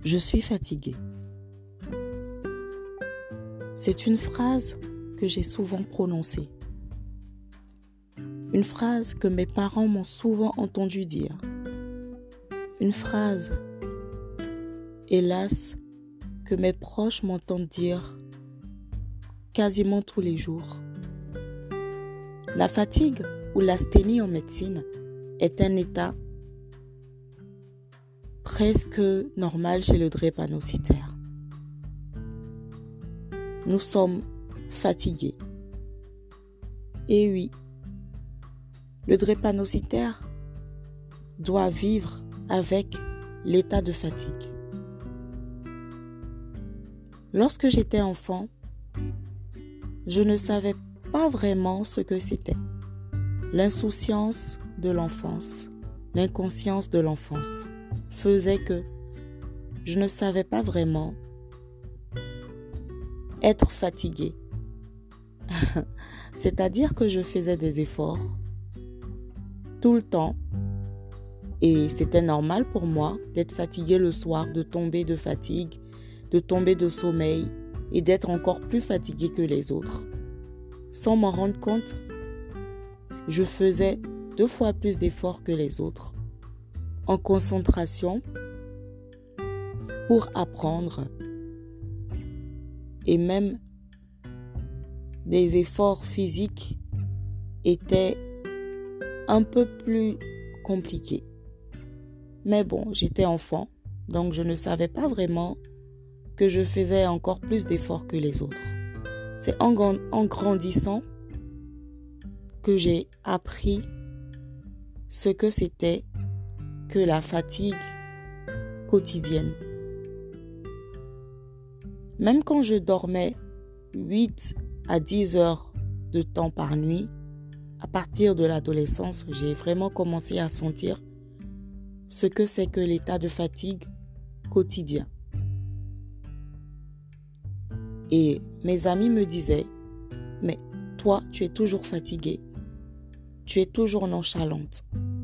Je suis fatiguée. C'est une phrase que j'ai souvent prononcée. Une phrase que mes parents m'ont souvent entendu dire. Une phrase, hélas, que mes proches m'entendent dire quasiment tous les jours. La fatigue ou l'asthénie en médecine est un état presque normal chez le drépanocytaire. Nous sommes fatigués. Et oui, le drépanocytaire doit vivre avec l'état de fatigue. Lorsque j'étais enfant, je ne savais pas vraiment ce que c'était. L'insouciance de l'enfance, l'inconscience de l'enfance faisait que je ne savais pas vraiment être fatiguée. C'est-à-dire que je faisais des efforts tout le temps et c'était normal pour moi d'être fatiguée le soir, de tomber de fatigue, de tomber de sommeil et d'être encore plus fatiguée que les autres. Sans m'en rendre compte, je faisais 2 fois plus d'efforts que les autres en concentration pour apprendre et même des efforts physiques étaient un peu plus compliqués. Mais bon, j'étais enfant, donc je ne savais pas vraiment que je faisais encore plus d'efforts que les autres. C'est en grandissant que j'ai appris ce que c'était que la fatigue quotidienne. Même quand je dormais 8 à 10 heures de temps par nuit, à partir de l'adolescence, j'ai vraiment commencé à sentir ce que c'est que l'état de fatigue quotidien. Et mes amis me disaient, mais toi, tu es toujours fatiguée, tu es toujours nonchalante.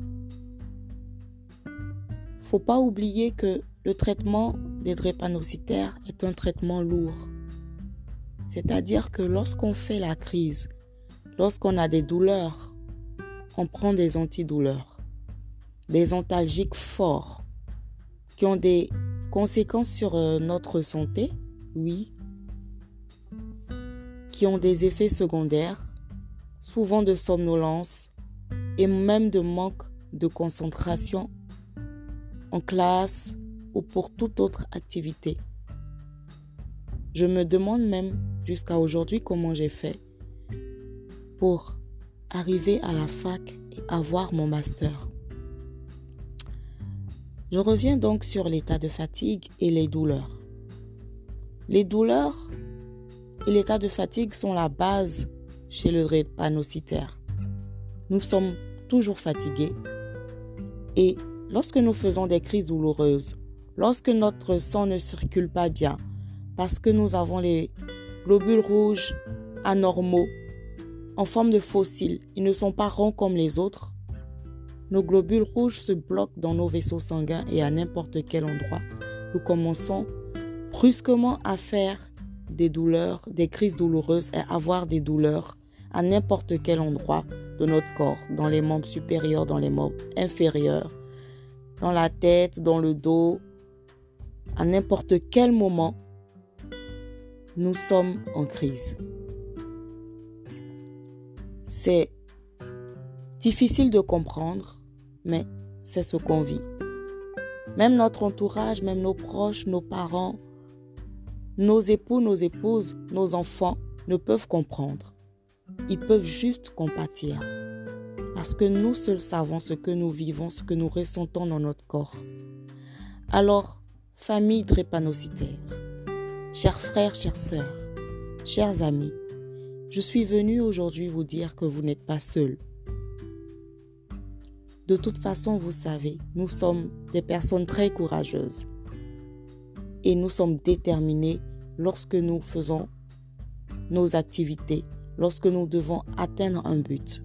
Faut pas oublier que le traitement des drépanocytaires est un traitement lourd. C'est-à-dire que lorsqu'on fait la crise, lorsqu'on a des douleurs, on prend des antidouleurs, des antalgiques forts qui ont des conséquences sur notre santé, oui, qui ont des effets secondaires, souvent de somnolence et même de manque de concentration en classe ou pour toute autre activité. Je me demande même jusqu'à aujourd'hui comment j'ai fait pour arriver à la fac et avoir mon master. Je reviens donc sur l'état de fatigue et les douleurs. Les douleurs et l'état de fatigue sont la base chez le drépanocytaire. Nous sommes toujours fatigués et lorsque nous faisons des crises douloureuses, lorsque notre sang ne circule pas bien, parce que nous avons les globules rouges anormaux en forme de fossiles, ils ne sont pas ronds comme les autres, nos globules rouges se bloquent dans nos vaisseaux sanguins et à n'importe quel endroit, nous commençons brusquement à faire des douleurs, des crises douloureuses et avoir des douleurs à n'importe quel endroit de notre corps, dans les membres supérieurs, dans les membres inférieurs, dans la tête, dans le dos, à n'importe quel moment, nous sommes en crise. C'est difficile de comprendre, mais c'est ce qu'on vit. Même notre entourage, même nos proches, nos parents, nos époux, nos épouses, nos enfants ne peuvent comprendre. Ils peuvent juste compatir. Parce que nous seuls savons ce que nous vivons, ce que nous ressentons dans notre corps. Alors, famille drépanocytaire, chers frères, chères sœurs, chers amis, je suis venue aujourd'hui vous dire que vous n'êtes pas seuls. De toute façon, vous savez, nous sommes des personnes très courageuses. Et nous sommes déterminés lorsque nous faisons nos activités, lorsque nous devons atteindre un but.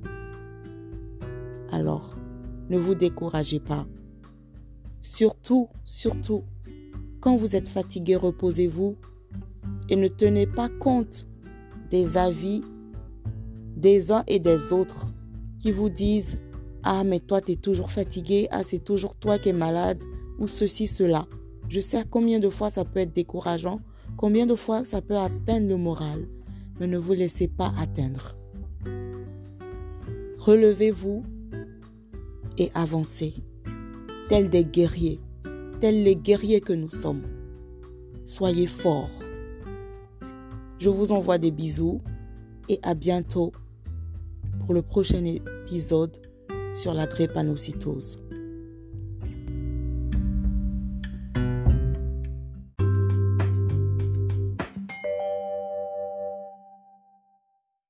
Alors, ne vous découragez pas. Surtout, Quand vous êtes fatigué, reposez-vous et ne tenez pas compte des avis des uns et des autres qui vous disent « Ah, mais toi, tu es toujours fatigué. Ah, c'est toujours toi qui es malade. » ou ceci, cela. Je sais combien de fois ça peut être décourageant, combien de fois ça peut atteindre le moral, mais ne vous laissez pas atteindre. Relevez-vous et avancez, tels des guerriers, tels les guerriers que nous sommes. Soyez forts. Je vous envoie des bisous et à bientôt pour le prochain épisode sur la drépanocytose.